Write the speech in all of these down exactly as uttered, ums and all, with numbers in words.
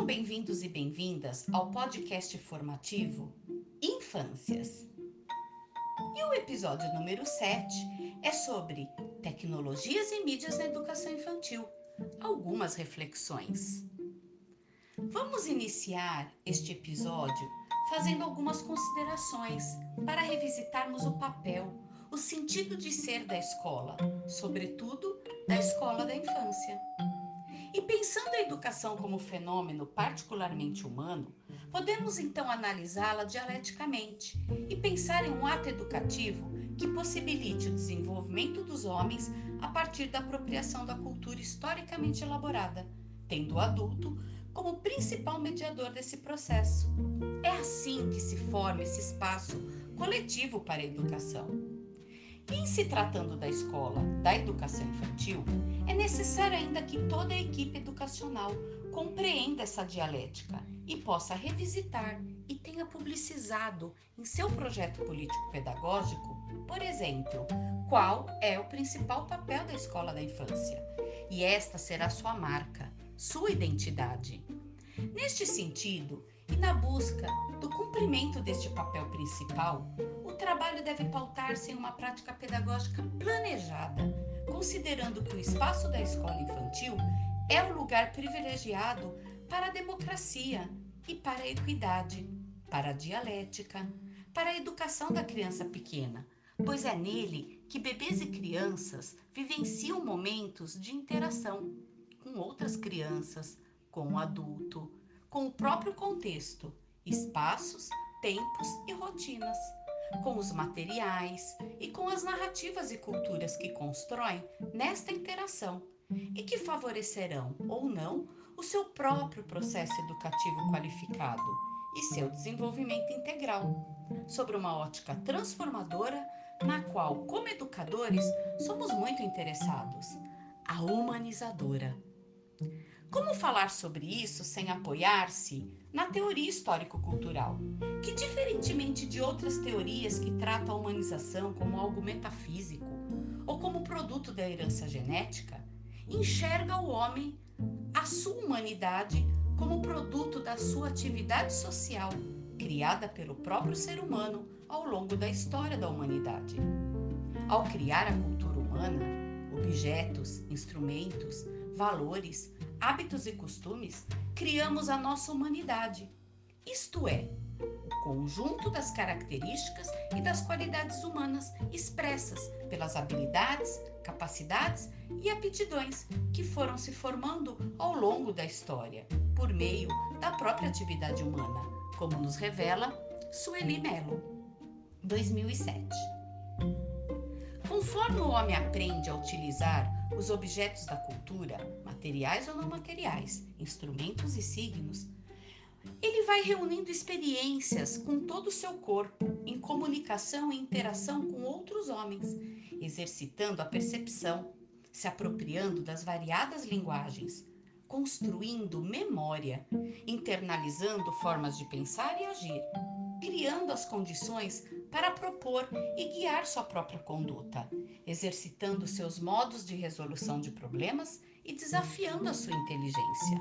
Sejam bem-vindos e bem-vindas ao podcast formativo Infâncias. E o episódio número sete é sobre tecnologias e mídias na educação infantil. Algumas reflexões. Vamos iniciar este episódio fazendo algumas considerações para revisitarmos o papel, o sentido de ser da escola, sobretudo da escola da infância. E pensando a educação como fenômeno particularmente humano, podemos então analisá-la dialeticamente e pensar em um ato educativo que possibilite o desenvolvimento dos homens a partir da apropriação da cultura historicamente elaborada, tendo o adulto como principal mediador desse processo. É assim que se forma esse espaço coletivo para a educação. E em se tratando da escola da educação infantil, é necessário ainda que toda a equipe educacional compreenda essa dialética e possa revisitar e tenha publicizado em seu projeto político-pedagógico, por exemplo, qual é o principal papel da escola da infância. E esta será sua marca, sua identidade. Neste sentido, e na busca do cumprimento deste papel principal, o trabalho deve pautar-se em uma prática pedagógica planejada, considerando que o espaço da escola infantil é o lugar privilegiado para a democracia e para a equidade, para a dialética, para a educação da criança pequena, pois é nele que bebês e crianças vivenciam momentos de interação com outras crianças, com o adulto, com o próprio contexto, espaços, tempos e rotinas, com os materiais e com as narrativas e culturas que constroem nesta interação e que favorecerão ou não o seu próprio processo educativo qualificado e seu desenvolvimento integral, sobre uma ótica transformadora na qual, como educadores, somos muito interessados, a humanizadora. Como falar sobre isso sem apoiar-se na teoria histórico-cultural, que, diferentemente de outras teorias que tratam a humanização como algo metafísico ou como produto da herança genética, enxerga o homem, a sua humanidade, como produto da sua atividade social, criada pelo próprio ser humano ao longo da história da humanidade. Ao criar a cultura humana, objetos, instrumentos, valores, hábitos e costumes, criamos a nossa humanidade, isto é, o conjunto das características e das qualidades humanas expressas pelas habilidades, capacidades e aptidões que foram se formando ao longo da história, por meio da própria atividade humana, como nos revela Sueli Mello, dois mil e sete. Conforme o homem aprende a utilizar os objetos da cultura, materiais ou não materiais, instrumentos e signos, ele vai reunindo experiências com todo o seu corpo, em comunicação e interação com outros homens, exercitando a percepção, se apropriando das variadas linguagens, construindo memória, internalizando formas de pensar e agir, criando as condições para propor e guiar sua própria conduta, exercitando seus modos de resolução de problemas e desafiando a sua inteligência.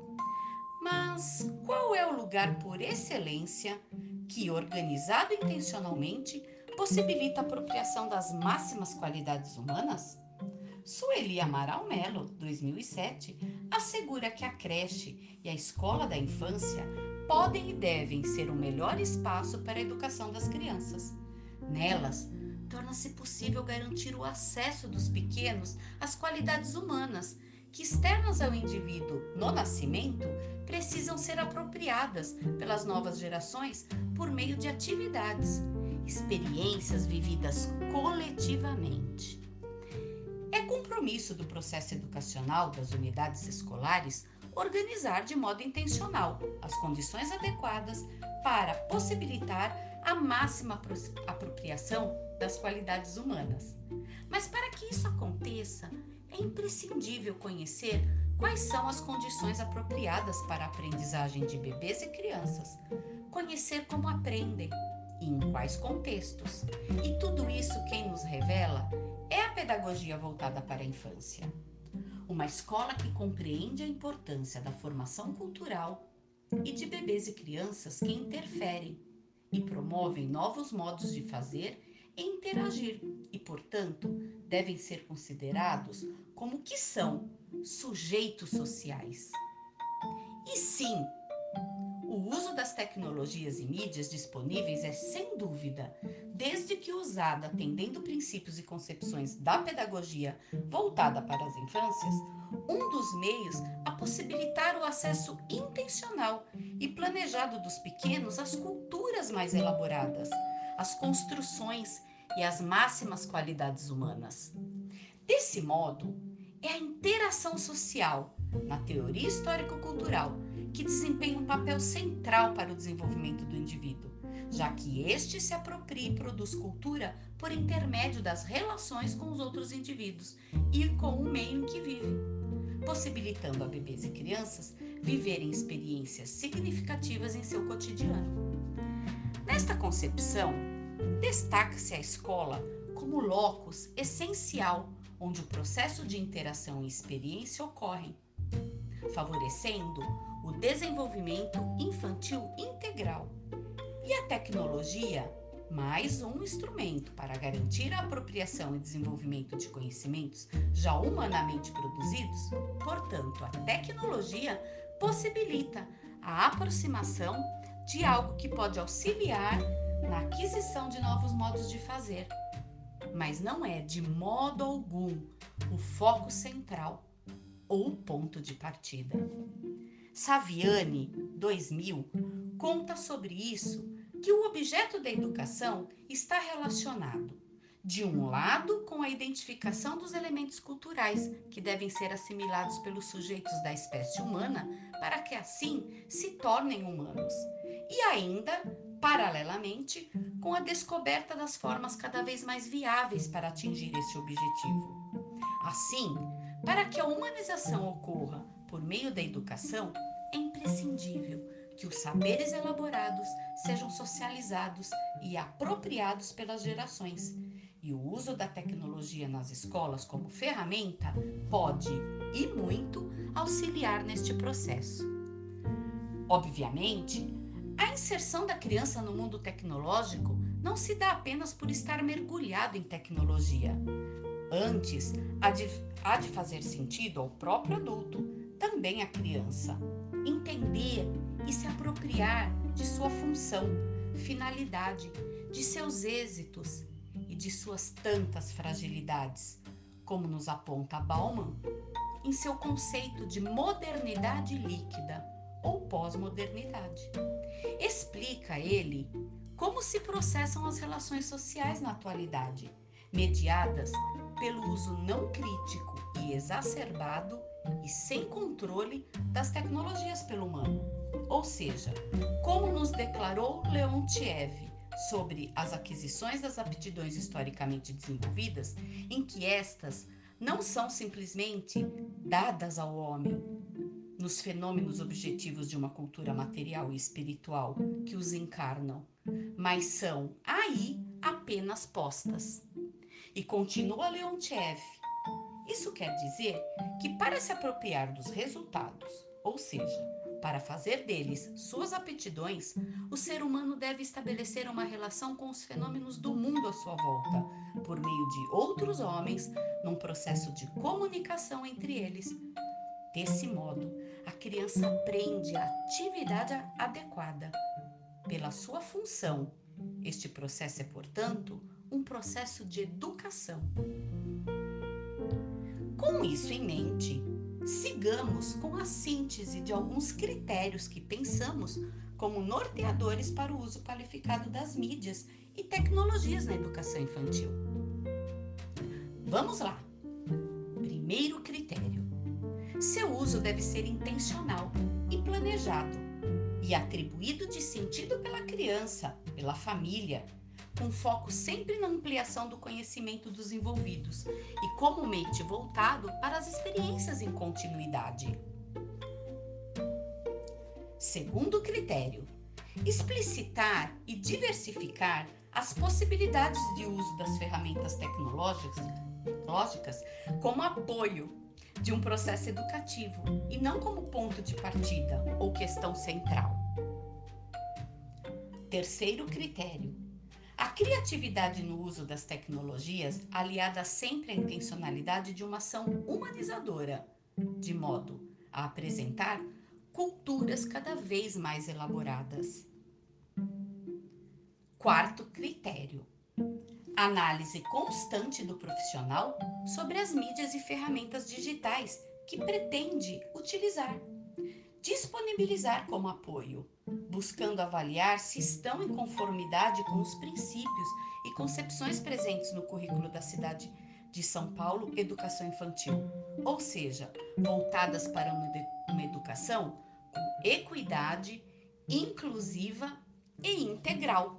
Mas qual é o lugar por excelência que, organizado intencionalmente, possibilita a apropriação das máximas qualidades humanas? Sueli Amaral Mello, dois mil e sete, assegura que a creche e a escola da infância podem e devem ser o melhor espaço para a educação das crianças. Nelas, torna-se possível garantir o acesso dos pequenos às qualidades humanas, que, externas ao indivíduo no nascimento, precisam ser apropriadas pelas novas gerações por meio de atividades, experiências vividas coletivamente. É compromisso do processo educacional das unidades escolares organizar de modo intencional as condições adequadas para possibilitar a máxima apropriação das qualidades humanas. Mas para que isso aconteça, é imprescindível conhecer quais são as condições apropriadas para a aprendizagem de bebês e crianças, conhecer como aprendem e em quais contextos. E tudo isso quem nos revela é a pedagogia voltada para a infância. Uma escola que compreende a importância da formação cultural, e de bebês e crianças que interferem e promovem novos modos de fazer e interagir e, portanto, devem ser considerados como que são sujeitos sociais. E sim, o uso das tecnologias e mídias disponíveis é, sem dúvida, desde que usada atendendo princípios e concepções da pedagogia voltada para as infâncias, um dos meios a possibilitar o acesso intencional e planejado dos pequenos às culturas mais elaboradas, às construções e às máximas qualidades humanas. Desse modo, é a interação social na teoria histórico-cultural que desempenha um papel central para o desenvolvimento do indivíduo, já que este se apropria e produz cultura por intermédio das relações com os outros indivíduos e com o meio em que vive, possibilitando a bebês e crianças viverem experiências significativas em seu cotidiano. Nesta concepção, destaca-se a escola como locus essencial onde o processo de interação e experiência ocorrem, favorecendo o desenvolvimento infantil integral. E a tecnologia, mais um instrumento para garantir a apropriação e desenvolvimento de conhecimentos já humanamente produzidos. Portanto, a tecnologia possibilita a aproximação de algo que pode auxiliar na aquisição de novos modos de fazer, mas não é de modo algum o foco central ou o ponto de partida. Saviani, dois mil, conta sobre isso, que o objeto da educação está relacionado, de um lado, com a identificação dos elementos culturais que devem ser assimilados pelos sujeitos da espécie humana para que assim se tornem humanos, e ainda, paralelamente, com a descoberta das formas cada vez mais viáveis para atingir esse objetivo. Assim, para que a humanização ocorra por meio da educação, é imprescindível que os saberes elaborados sejam socializados e apropriados pelas gerações. E o uso da tecnologia nas escolas como ferramenta pode, e muito, auxiliar neste processo. Obviamente, a inserção da criança no mundo tecnológico não se dá apenas por estar mergulhado em tecnologia. Antes, há de, há de fazer sentido ao próprio adulto, também à criança, entender e se apropriar de sua função, finalidade, de seus êxitos e de suas tantas fragilidades, como nos aponta Bauman em seu conceito de modernidade líquida ou pós-modernidade. Explica ele como se processam as relações sociais na atualidade, mediadas pelo uso não crítico e exacerbado e sem controle das tecnologias pelo humano. Ou seja, como nos declarou Leontiev sobre as aquisições das aptidões historicamente desenvolvidas, em que estas não são simplesmente dadas ao homem nos fenômenos objetivos de uma cultura material e espiritual que os encarnam, mas são aí apenas postas. E continua Leontiev, isso quer dizer que para se apropriar dos resultados, ou seja, para fazer deles suas aptidões, o ser humano deve estabelecer uma relação com os fenômenos do mundo à sua volta, por meio de outros homens, num processo de comunicação entre eles. Desse modo, a criança aprende a atividade adequada. Pela sua função, este processo é, portanto, um processo de educação. Com isso em mente, sigamos com a síntese de alguns critérios que pensamos como norteadores para o uso qualificado das mídias e tecnologias na educação infantil. Vamos lá! Primeiro critério: seu uso deve ser intencional e planejado e atribuído de sentido pela criança, pela família, com foco sempre na ampliação do conhecimento dos envolvidos e comumente voltado para as experiências em continuidade. Segundo critério: explicitar e diversificar as possibilidades de uso das ferramentas tecnológicas como apoio de um processo educativo e não como ponto de partida ou questão central. Terceiro critério: a criatividade no uso das tecnologias, aliada sempre à intencionalidade de uma ação humanizadora, de modo a apresentar culturas cada vez mais elaboradas. Quarto critério: análise constante do profissional sobre as mídias e ferramentas digitais que pretende utilizar, disponibilizar como apoio, buscando avaliar se estão em conformidade com os princípios e concepções presentes no currículo da cidade de São Paulo Educação Infantil, ou seja, voltadas para uma educação com equidade, inclusiva e integral.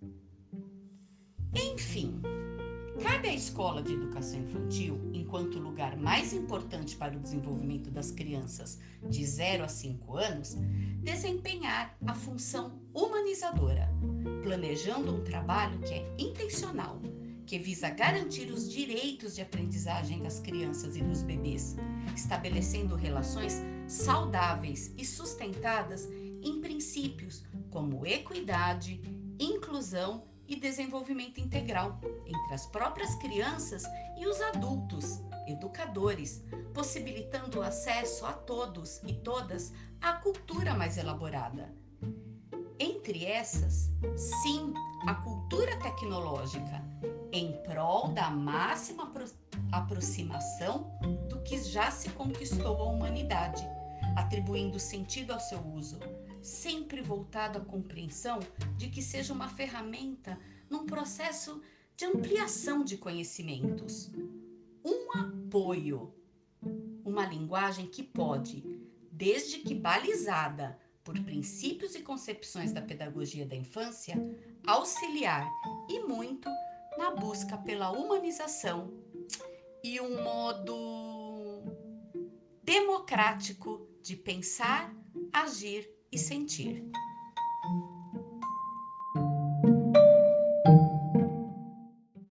Enfim, cabe à escola de educação infantil, enquanto lugar mais importante para o desenvolvimento das crianças de zero a cinco anos, desempenhar a função humanizadora, planejando um trabalho que é intencional, que visa garantir os direitos de aprendizagem das crianças e dos bebês, estabelecendo relações saudáveis e sustentadas em princípios como equidade, inclusão e desenvolvimento integral entre as próprias crianças e os adultos, educadores, possibilitando o acesso a todos e todas à cultura mais elaborada. Entre essas, sim, a cultura tecnológica, em prol da máxima apro- aproximação do que já se conquistou a humanidade, atribuindo sentido ao seu uso, sempre voltado à compreensão de que seja uma ferramenta num processo de ampliação de conhecimentos, um apoio, uma linguagem que pode, desde que balizada por princípios e concepções da pedagogia da infância, auxiliar e muito na busca pela humanização e um modo democrático de pensar, agir e sentir.